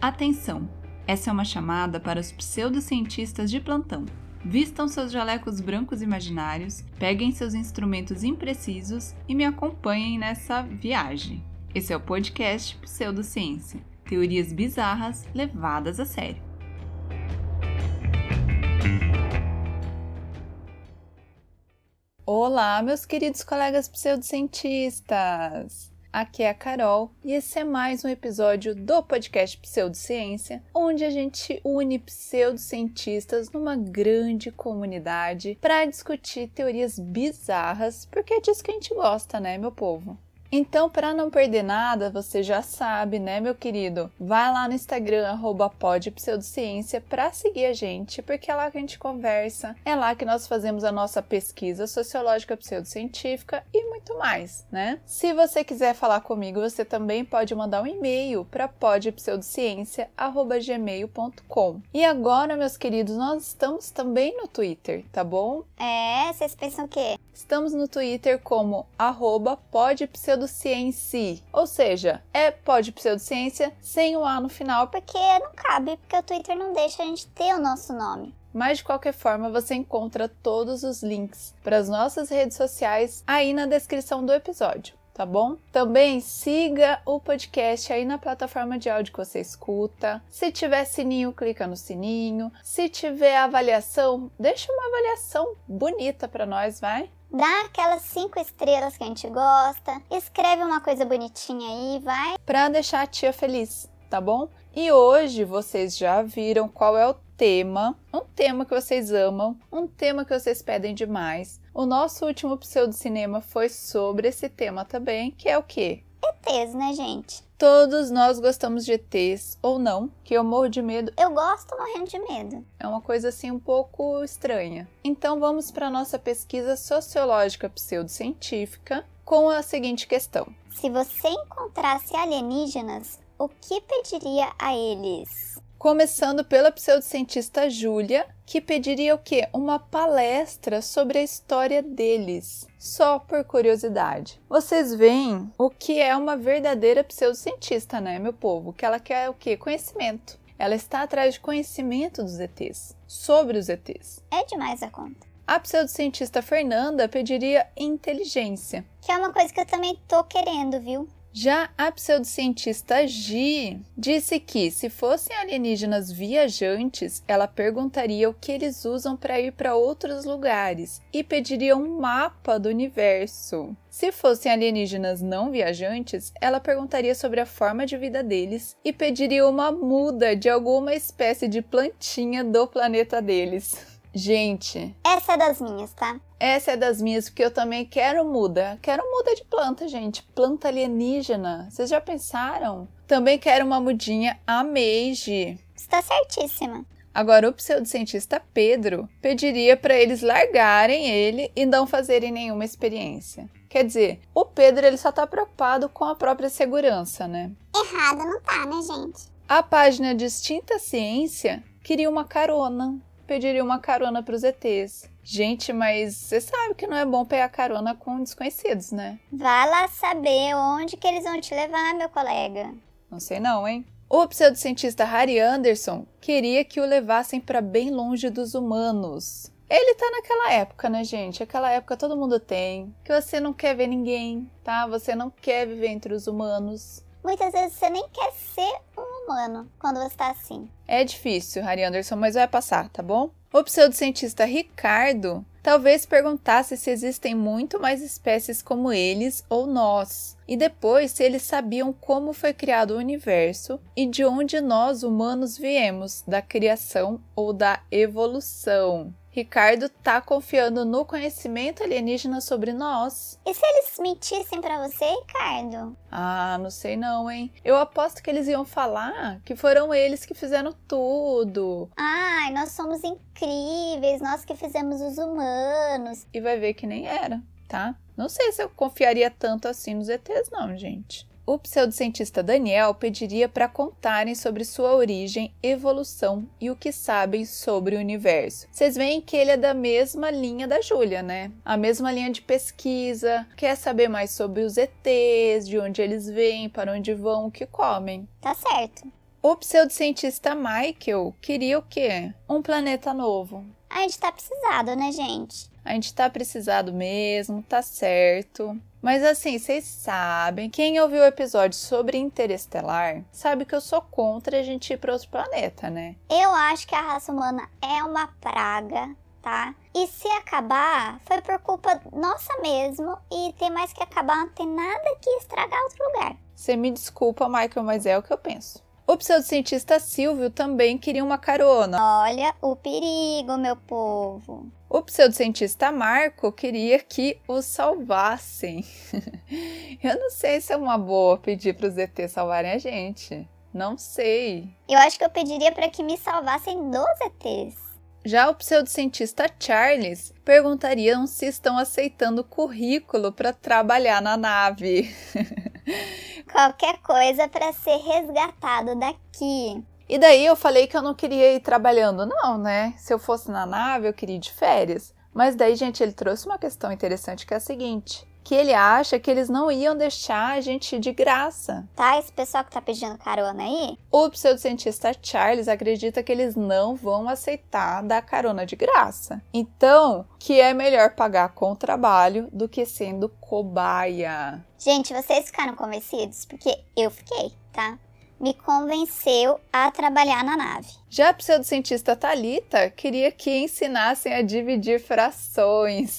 Atenção! Essa é uma chamada para os pseudocientistas de plantão. Vistam seus jalecos brancos imaginários, peguem seus instrumentos imprecisos e me acompanhem nessa viagem. Esse é o podcast Pseudociência, teorias bizarras levadas a sério. Olá, meus queridos colegas pseudocientistas! Aqui é a Carol e esse é mais um episódio do podcast Pseudociência, onde a gente une pseudocientistas numa grande comunidade para discutir teorias bizarras, porque é disso que a gente gosta, né, meu povo? Então, para não perder nada, você já sabe, né, meu querido? Vai lá no Instagram, @podpseudociência, para seguir a gente, porque é lá que a gente conversa, é lá que nós fazemos a nossa pesquisa sociológica pseudocientífica e muito mais, né? Se você quiser falar comigo, você também pode mandar um e-mail para podpseudociência@gmail.com. E agora, meus queridos, nós estamos também no Twitter, tá bom? Vocês pensam o quê? Estamos no Twitter como @podpseudociência, ou seja, é podpseudociência sem o A no final. Porque não cabe, porque o Twitter não deixa a gente ter o nosso nome. Mas de qualquer forma, você encontra todos os links para as nossas redes sociais aí na descrição do episódio. Tá bom? Também siga o podcast aí na plataforma de áudio que você escuta. Se tiver sininho, clica no sininho. Se tiver avaliação, deixa uma avaliação bonita para nós, vai? Dá aquelas 5 estrelas que a gente gosta. Escreve uma coisa bonitinha aí, vai? Pra deixar a tia feliz, tá bom? E hoje vocês já viram qual é o tema. Um tema que vocês amam, um tema que vocês pedem demais. O nosso último pseudocinema foi sobre esse tema também, que é o quê? ETs, né, gente? Todos nós gostamos de ETs, ou não, que eu morro de medo. Eu gosto morrendo de medo. É uma coisa assim um pouco estranha. Então vamos para a nossa pesquisa sociológica pseudocientífica com a seguinte questão. Se você encontrasse alienígenas, o que pediria a eles? Começando pela pseudocientista Júlia, que pediria o quê? Uma palestra sobre a história deles, só por curiosidade. Vocês veem o que é uma verdadeira pseudocientista, né, meu povo? Que ela quer o quê? Conhecimento. Ela está atrás de conhecimento dos ETs, sobre os ETs. É demais a conta. A pseudocientista Fernanda pediria inteligência. Que é uma coisa que eu também tô querendo, viu? Já a pseudocientista Gi disse que, se fossem alienígenas viajantes, ela perguntaria o que eles usam para ir para outros lugares e pediria um mapa do universo. Se fossem alienígenas não viajantes, ela perguntaria sobre a forma de vida deles e pediria uma muda de alguma espécie de plantinha do planeta deles. Gente, essa é das minhas, tá? Essa é das minhas, porque eu também quero muda. Quero muda de planta, gente. Planta alienígena. Vocês já pensaram? Também quero uma mudinha Ameiji. Está certíssima. Agora, o pseudocientista Pedro pediria para eles largarem ele e não fazerem nenhuma experiência. Quer dizer, o Pedro ele só está preocupado com a própria segurança, né? Errado não tá, né, gente? A página Distinta Ciência queria uma carona. Pediria uma carona para os ETs. Gente, mas você sabe que não é bom pegar carona com desconhecidos, né? Vá lá saber onde que eles vão te levar, meu colega. Não sei não, hein? O pseudocientista Harry Anderson queria que o levassem para bem longe dos humanos. Ele tá naquela época, né, gente? Aquela época todo mundo tem, que você não quer ver ninguém, tá? Você não quer viver entre os humanos. Muitas vezes você nem quer ser um humano quando você tá assim. É difícil, Harry Anderson, mas vai passar, tá bom? O pseudocientista Ricardo talvez perguntasse se existem muito mais espécies como eles ou nós, e depois se eles sabiam como foi criado o universo e de onde nós, humanos, viemos, da criação ou da evolução. Ricardo tá confiando no conhecimento alienígena sobre nós. E se eles mentissem pra você, Ricardo? Ah, não sei não, hein? Eu aposto que eles iam falar que foram eles que fizeram tudo. Ai, nós somos incríveis, nós que fizemos os humanos. E vai ver que nem era, tá? Não sei se eu confiaria tanto assim nos ETs não, gente. O pseudocientista Daniel pediria para contarem sobre sua origem, evolução e o que sabem sobre o universo. Vocês veem que ele é da mesma linha da Júlia, né? A mesma linha de pesquisa, quer saber mais sobre os ETs, de onde eles vêm, para onde vão, o que comem. Tá certo. O pseudocientista Michael queria o quê? Um planeta novo. A gente tá precisado, né, gente? A gente tá precisado mesmo, tá certo. Mas assim, vocês sabem, quem ouviu o episódio sobre Interestelar, sabe que eu sou contra a gente ir para outro planeta, né? Eu acho que a raça humana é uma praga, tá? E se acabar, foi por culpa nossa mesmo. E tem mais que acabar, não tem nada que estragar outro lugar. Você me desculpa, Michael, mas é o que eu penso. O pseudocientista Silvio também queria uma carona. Olha o perigo, meu povo. O pseudocientista Marco queria que o salvassem. Eu não sei se é uma boa pedir para os ETs salvarem a gente. Não sei. Eu acho que eu pediria para que me salvassem dos ETs. Já o pseudocientista Charles perguntariam se estão aceitando currículo para trabalhar na nave. Qualquer coisa para ser resgatado daqui. E daí eu falei que eu não queria ir trabalhando, não, né? Se eu fosse na nave, eu queria ir de férias. Mas daí, gente, ele trouxe uma questão interessante que é a seguinte: que ele acha que eles não iam deixar a gente ir de graça. Tá, esse pessoal que tá pedindo carona aí? O pseudocientista Charles acredita que eles não vão aceitar dar carona de graça. Então, que é melhor pagar com trabalho do que sendo cobaia. Gente, vocês ficaram convencidos? Porque eu fiquei, tá? Me convenceu a trabalhar na nave. Já a pseudocientista Thalita queria que ensinassem a dividir frações.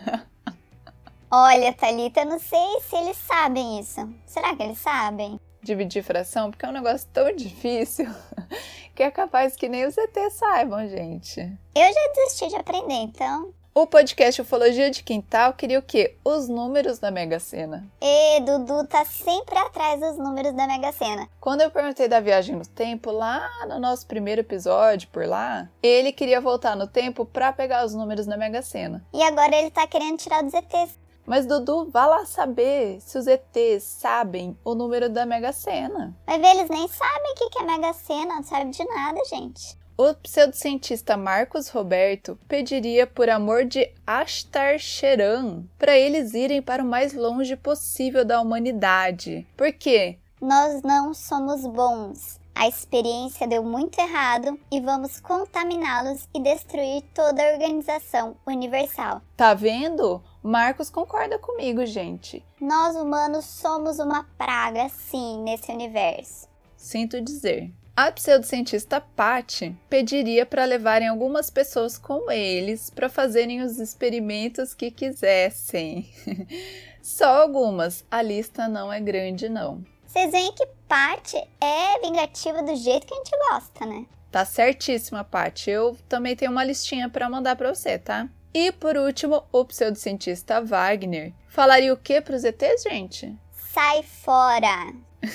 Olha, Thalita, eu não sei se eles sabem isso. Será que eles sabem? Dividir fração? Porque é um negócio tão difícil que é capaz que nem os ETs saibam, gente. Eu já desisti de aprender, então. O podcast Ufologia de Quintal queria o quê? Os números da Mega Sena. E Dudu tá sempre atrás dos números da Mega Sena. Quando eu perguntei da viagem no tempo, lá no nosso primeiro episódio, por lá, ele queria voltar no tempo pra pegar os números da Mega Sena. E agora ele tá querendo tirar dos ETs. Mas Dudu, vá lá saber se os ETs sabem o número da Mega Sena. Vai ver, eles nem sabem o que é Mega Sena, não sabe de nada, gente. O pseudocientista Marcos Roberto pediria por amor de Ashtar Sheran para eles irem para o mais longe possível da humanidade. Por quê? Nós não somos bons. A experiência deu muito errado e vamos contaminá-los e destruir toda a organização universal. Tá vendo? Marcos concorda comigo, gente. Nós humanos somos uma praga, sim, nesse universo. Sinto dizer. A pseudocientista Patty pediria para levarem algumas pessoas com eles para fazerem os experimentos que quisessem. Só algumas, a lista não é grande não. Vocês veem que Patty é vingativa do jeito que a gente gosta, né? Tá certíssima, Patty. Eu também tenho uma listinha para mandar para você, tá? E por último, o pseudocientista Wagner falaria o que para os ETs, gente? Sai fora!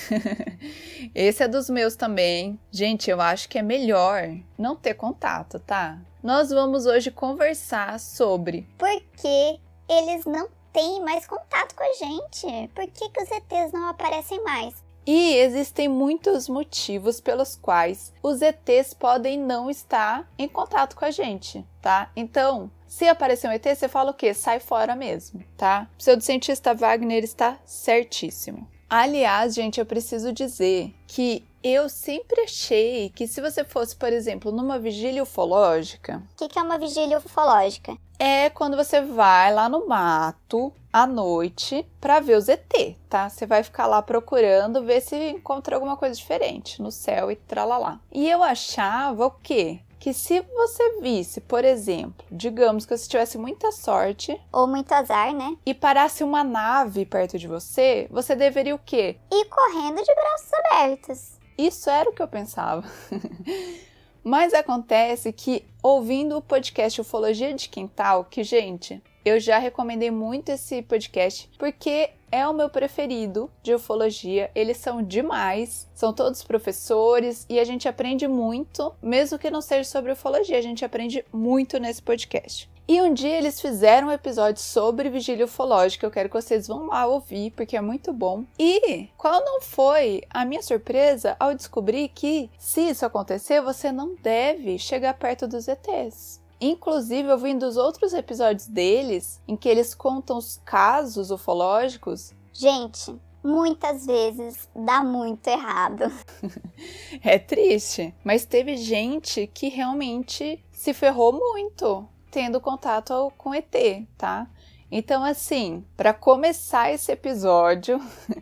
Esse é dos meus também. Gente, eu acho que é melhor não ter contato, tá? Nós vamos hoje conversar sobre por que eles não têm mais contato com a gente. Por que os ETs não aparecem mais? E existem muitos motivos pelos quais os ETs podem não estar em contato com a gente, tá? Então, se aparecer um ET, você fala o quê? Sai fora mesmo, tá? O pseudocientista Wagner está certíssimo. Aliás, gente, eu preciso dizer que eu sempre achei que se você fosse, por exemplo, numa vigília ufológica... O que é uma vigília ufológica? É quando você vai lá no mato à noite pra ver os ET, tá? Você vai ficar lá procurando ver se encontra alguma coisa diferente no céu e tralalá. E eu achava o quê? Que se você visse, por exemplo, digamos que você tivesse muita sorte... ou muito azar, né? E parasse uma nave perto de você, você deveria o quê? Ir correndo de braços abertos. Isso era o que eu pensava. Mas acontece que, ouvindo o podcast Ufologia de Quintal, que, gente, eu já recomendei muito esse podcast, porque é o meu preferido de ufologia, eles são demais, são todos professores e a gente aprende muito, mesmo que não seja sobre ufologia, a gente aprende muito nesse podcast. E um dia eles fizeram um episódio sobre vigília ufológica, eu quero que vocês vão lá ouvir, porque é muito bom. E qual não foi a minha surpresa ao descobrir que, se isso acontecer, você não deve chegar perto dos ETs. Inclusive, ouvindo os outros episódios deles, em que eles contam os casos ufológicos... Gente, muitas vezes dá muito errado. É triste, mas teve gente que realmente se ferrou muito tendo contato com ET, tá? Então, assim, para começar esse episódio,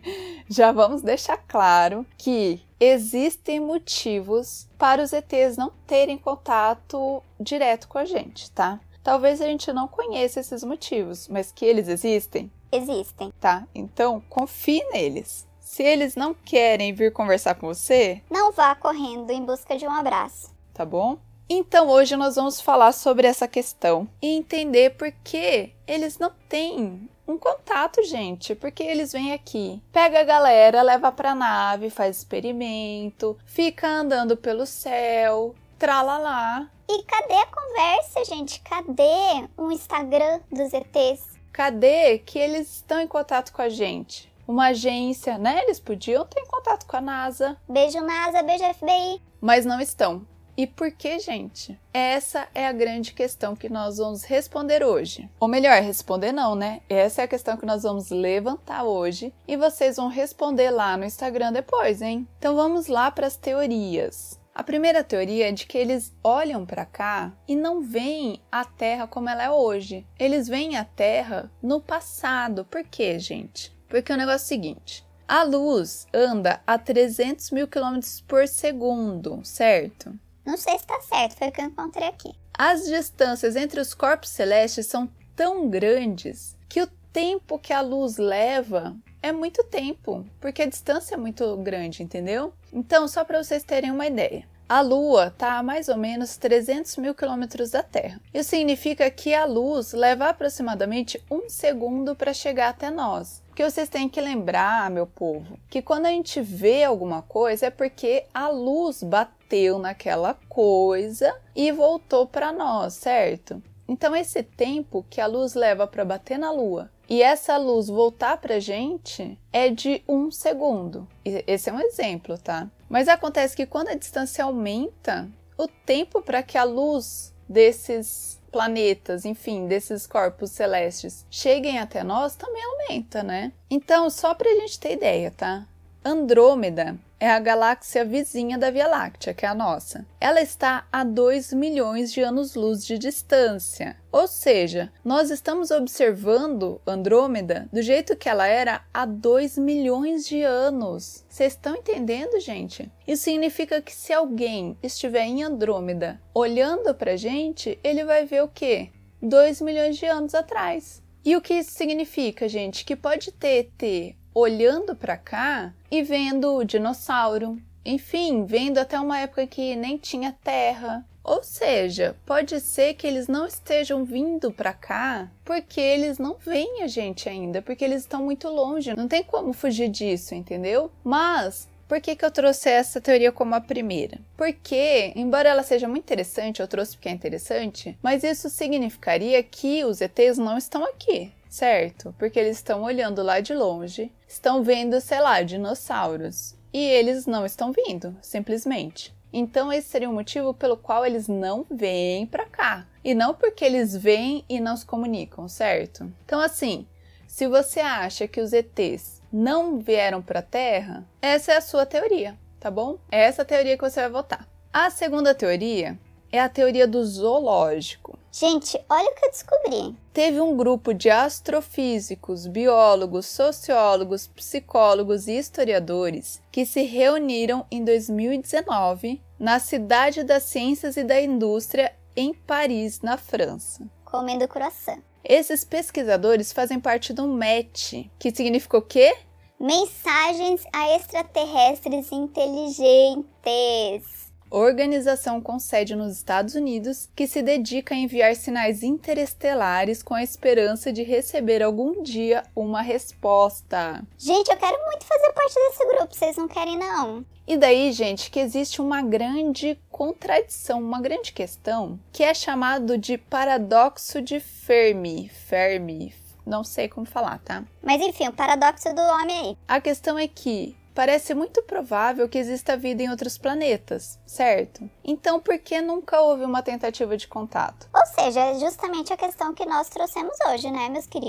já vamos deixar claro que existem motivos para os ETs não terem contato direto com a gente, tá? Talvez a gente não conheça esses motivos, mas que eles existem? Existem. Tá, então confie neles. Se eles não querem vir conversar com você, não vá correndo em busca de um abraço. Tá bom? Então hoje nós vamos falar sobre essa questão e entender por que eles não têm um contato, gente. Porque eles vêm aqui, pega a galera, leva pra nave, faz experimento, fica andando pelo céu, tralalá. E cadê a conversa, gente? Cadê o Instagram dos ETs? Cadê que eles estão em contato com a gente? Uma agência, né? Eles podiam ter contato com a NASA. Beijo NASA, beijo FBI. Mas não estão. E por que, gente? Essa é a grande questão que nós vamos responder hoje. Ou melhor, responder não, né? Essa é a questão que nós vamos levantar hoje e vocês vão responder lá no Instagram depois, hein? Então vamos lá para as teorias. A primeira teoria é de que eles olham para cá e não veem a Terra como ela é hoje. Eles veem a Terra no passado. Por quê, gente? Porque o negócio é o seguinte. A luz anda a 300 mil km por segundo, certo? Não sei se tá certo, foi o que eu encontrei aqui. As distâncias entre os corpos celestes são tão grandes que o tempo que a luz leva é muito tempo, porque a distância é muito grande, entendeu? Então, só para vocês terem uma ideia, a Lua está a mais ou menos 300 mil quilômetros da Terra. Isso significa que a luz leva aproximadamente 1 segundo para chegar até nós. Porque vocês têm que lembrar, meu povo, que quando a gente vê alguma coisa é porque a luz bateu naquela coisa e voltou para nós, certo? Então esse tempo que a luz leva para bater na Lua e essa luz voltar para a gente é de 1 segundo. Esse é um exemplo, tá? Mas acontece que quando a distância aumenta, o tempo para que a luz desses planetas, enfim, desses corpos celestes cheguem até nós também aumenta, né? Então, só para a gente ter ideia, tá? Andrômeda é a galáxia vizinha da Via Láctea, que é a nossa. Ela está a 2 milhões de anos-luz de distância. Ou seja, nós estamos observando Andrômeda do jeito que ela era há 2 milhões de anos. Vocês estão entendendo, gente? Isso significa que se alguém estiver em Andrômeda olhando pra gente, ele vai ver o quê? 2 milhões de anos atrás. E o que isso significa, gente? Que pode ter ET olhando para cá e vendo o dinossauro, enfim, vendo até uma época que nem tinha terra. Ou seja, pode ser que eles não estejam vindo para cá porque eles não veem a gente ainda, porque eles estão muito longe, não tem como fugir disso, entendeu? Mas por que eu trouxe essa teoria como a primeira? Porque, embora ela seja muito interessante, eu trouxe porque é interessante, mas isso significaria que os ETs não estão aqui. Certo? Porque eles estão olhando lá de longe, estão vendo, sei lá, dinossauros. E eles não estão vindo, simplesmente. Então esse seria o motivo pelo qual eles não vêm para cá. E não porque eles vêm e não se comunicam, certo? Então assim, se você acha que os ETs não vieram para a Terra, essa é a sua teoria, tá bom? É essa teoria que você vai votar. A segunda teoria é a teoria do zoológico. Gente, olha o que eu descobri. Teve um grupo de astrofísicos, biólogos, sociólogos, psicólogos e historiadores que se reuniram em 2019 na Cidade das Ciências e da Indústria em Paris, na França. Comendo croissant. Esses pesquisadores fazem parte do MET, que significa o quê? Mensagens a extraterrestres inteligentes. Organização com sede nos Estados Unidos que se dedica a enviar sinais interestelares com a esperança de receber algum dia uma resposta. Gente, eu quero muito fazer parte desse grupo, vocês não querem não? E daí, gente, que existe uma grande contradição, uma grande questão, que é chamado de paradoxo de Fermi. Não sei como falar, tá? Mas enfim, o paradoxo do homem aí. A questão é que parece muito provável que exista vida em outros planetas, certo? Então, por que nunca houve uma tentativa de contato? Ou seja, é justamente a questão que nós trouxemos hoje, né, meus queridos?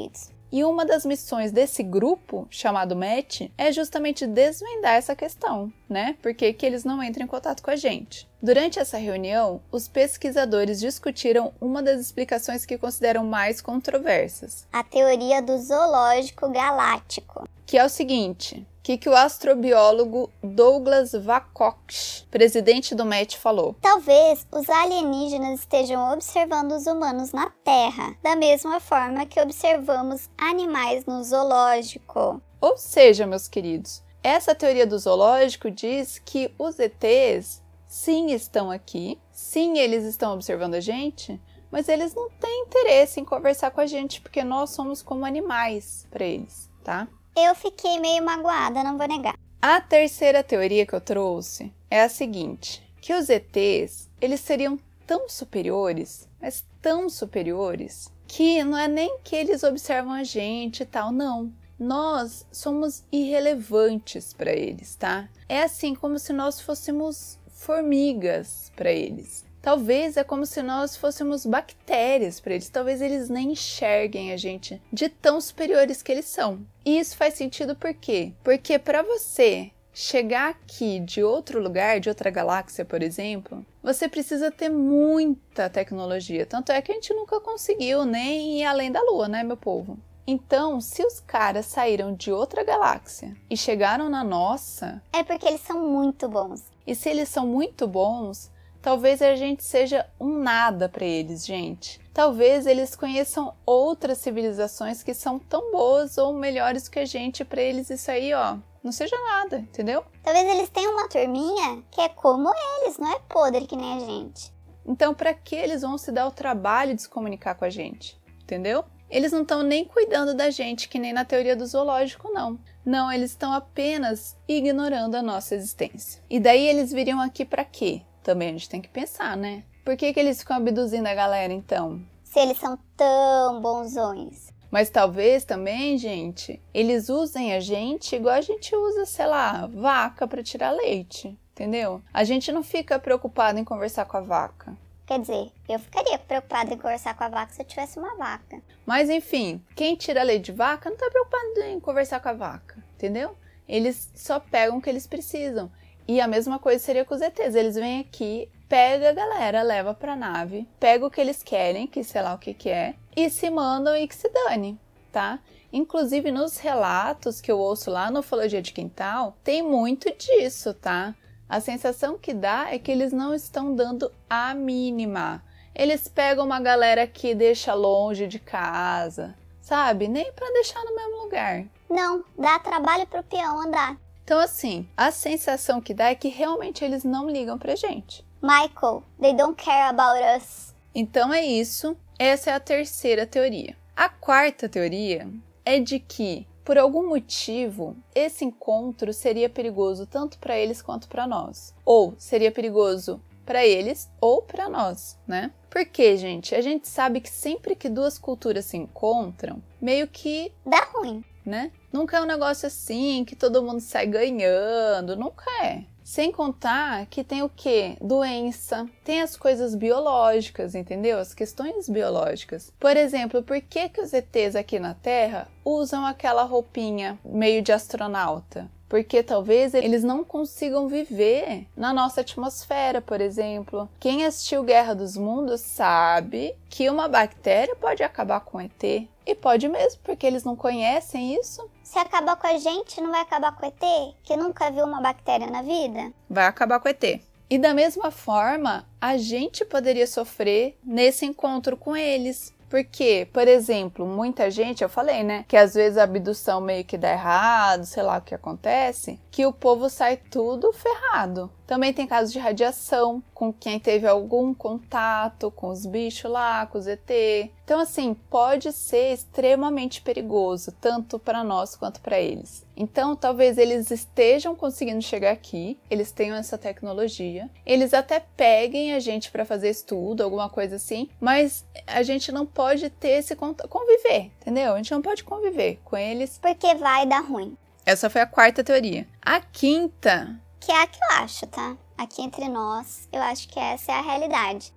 E uma das missões desse grupo, chamado MET, é justamente desvendar essa questão, né? Por que eles não entram em contato com a gente? Durante essa reunião, os pesquisadores discutiram uma das explicações que consideram mais controversas. A teoria do zoológico galáctico. Que é o seguinte, que o astrobiólogo Douglas Vakoch, presidente do MET, falou. Talvez os alienígenas estejam observando os humanos na Terra, da mesma forma que observamos animais no zoológico. Ou seja, meus queridos, essa teoria do zoológico diz que os ETs sim estão aqui, sim eles estão observando a gente, mas eles não têm interesse em conversar com a gente porque nós somos como animais para eles, tá? Eu fiquei meio magoada, não vou negar. A terceira teoria que eu trouxe é a seguinte, que os ETs, eles seriam tão superiores, mas tão superiores, que não é nem que eles observam a gente e tal, não. Nós somos irrelevantes para eles, tá? É assim como se nós fôssemos formigas para eles. Talvez é como se nós fôssemos bactérias para eles. Talvez eles nem enxerguem a gente de tão superiores que eles são. E isso faz sentido por quê? Porque para você chegar aqui de outro lugar, de outra galáxia, por exemplo, você precisa ter muita tecnologia. Tanto é que a gente nunca conseguiu nem ir além da Lua, né, meu povo? Então, se os caras saíram de outra galáxia e chegaram na nossa... É porque eles são muito bons. E se eles são muito bons... Talvez a gente seja um nada para eles, gente. Talvez eles conheçam outras civilizações que são tão boas ou melhores que a gente, para eles isso aí, ó, não seja nada, entendeu? Talvez eles tenham uma turminha que é como eles, não é podre que nem a gente. Então, para que eles vão se dar o trabalho de se comunicar com a gente, entendeu? Eles não estão nem cuidando da gente, que nem na teoria do zoológico, não. Não, eles estão apenas ignorando a nossa existência. E daí eles viriam aqui para quê? Também a gente tem que pensar, né? Por que eles ficam abduzindo a galera, então? Se eles são tão bonzões. Mas talvez também, gente, eles usem a gente igual a gente usa, sei lá, vaca para tirar leite, entendeu? A gente não fica preocupado em conversar com a vaca. Quer dizer, eu ficaria preocupada em conversar com a vaca se eu tivesse uma vaca. Mas enfim, quem tira leite de vaca não tá preocupado em conversar com a vaca, entendeu? Eles só pegam o que eles precisam. E a mesma coisa seria com os ETs. Eles vêm aqui, pega a galera, leva pra nave, pega o que eles querem, que sei lá o que é, e se mandam e que se dane, tá? Inclusive nos relatos que eu ouço lá no Ufologia de Quintal, tem muito disso, tá? A sensação que dá é que eles não estão dando a mínima. Eles pegam uma galera que deixa longe de casa, sabe? Nem pra deixar no mesmo lugar. Não, dá trabalho pro peão andar. Então, assim, a sensação que dá é que realmente eles não ligam pra gente. Michael, they don't care about us. Então é isso. Essa é a terceira teoria. A quarta teoria é de que, por algum motivo, esse encontro seria perigoso tanto para eles quanto para nós. Ou seria perigoso para eles ou para nós, né? Porque, gente, a gente sabe que sempre que duas culturas se encontram, meio que dá ruim, né? Nunca é um negócio assim que todo mundo sai ganhando, nunca é. Sem contar que tem o quê? Doença, tem as coisas biológicas, entendeu? As questões biológicas. Por exemplo, por que os ETs aqui na Terra usam aquela roupinha meio de astronauta? Porque talvez eles não consigam viver na nossa atmosfera, por exemplo. Quem assistiu Guerra dos Mundos sabe que uma bactéria pode acabar com o ET. E pode mesmo, porque eles não conhecem isso. Se acabar com a gente, não vai acabar com o ET? Que nunca viu uma bactéria na vida? Vai acabar com o ET. E da mesma forma, a gente poderia sofrer nesse encontro com eles. Porque, por exemplo, muita gente, eu falei, né, que às vezes a abdução meio que dá errado, sei lá o que acontece, que o povo sai tudo ferrado. Também tem casos de radiação, com quem teve algum contato com os bichos lá, com os ET. Então, assim, pode ser extremamente perigoso, tanto para nós quanto para eles. Então, talvez eles estejam conseguindo chegar aqui, eles tenham essa tecnologia, eles até peguem a gente para fazer estudo, alguma coisa assim, mas a gente não pode ter esse conviver, entendeu? A gente não pode conviver com eles. Porque vai dar ruim. Essa foi a quarta teoria. A quinta... que é a que eu acho, tá? Aqui entre nós, eu acho que essa é a realidade.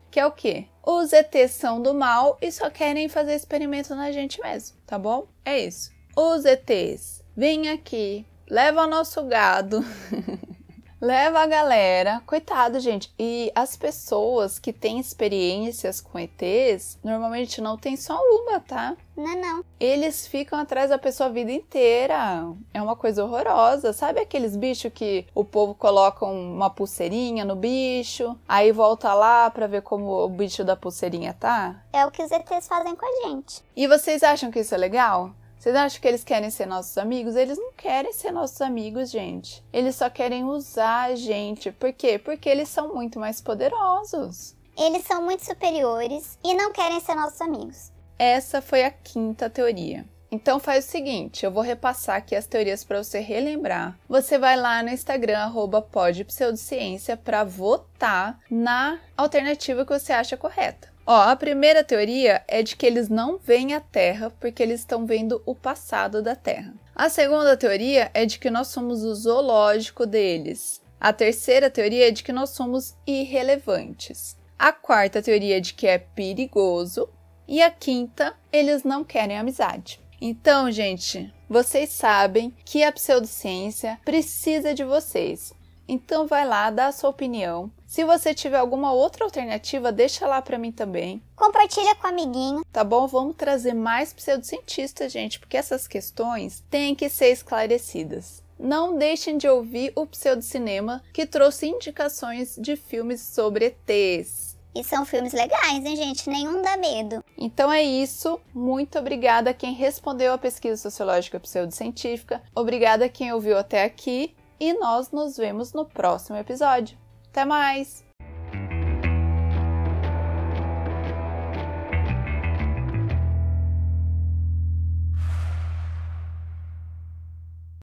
que é o quê? Os ETs são do mal e só querem fazer experimento na gente mesmo, tá bom? É isso. Os ETs, vem aqui, leva o nosso gado, leva a galera. Coitado, gente. E as pessoas que têm experiências com ETs, normalmente não tem só uma, tá? Não. Eles ficam atrás da pessoa a vida inteira. É uma coisa horrorosa. Sabe aqueles bichos que o povo coloca uma pulseirinha no bicho, aí volta lá pra ver como o bicho da pulseirinha tá? É o que os ETs fazem com a gente. E vocês acham que isso é legal? Vocês acham que eles querem ser nossos amigos? Eles não querem ser nossos amigos, gente. Eles só querem usar a gente. Por quê? Porque eles são muito mais poderosos. Eles são muito superiores e não querem ser nossos amigos. Essa foi a 5ª teoria. Então faz o seguinte, eu vou repassar aqui as teorias para você relembrar. Você vai lá no Instagram, @podpseudociência, para votar na alternativa que você acha correta. A primeira teoria é de que eles não veem a Terra porque eles estão vendo o passado da Terra. A segunda teoria é de que nós somos o zoológico deles. A terceira teoria é de que nós somos irrelevantes. A quarta teoria é de que é perigoso. E a 5ª, eles não querem amizade. Então, gente, vocês sabem que a pseudociência precisa de vocês. Então vai lá, dá a sua opinião. Se você tiver alguma outra alternativa, deixa lá pra mim também. Compartilha com o amiguinho. Tá bom? Vamos trazer mais pseudocientistas, gente, porque essas questões têm que ser esclarecidas. Não deixem de ouvir o Pseudocinema, que trouxe indicações de filmes sobre ETs. E são filmes legais, hein, gente? Nenhum dá medo. Então é isso. Muito obrigada a quem respondeu a pesquisa sociológica pseudocientífica. Obrigada a quem ouviu até aqui. E nós nos vemos no próximo episódio. Até mais!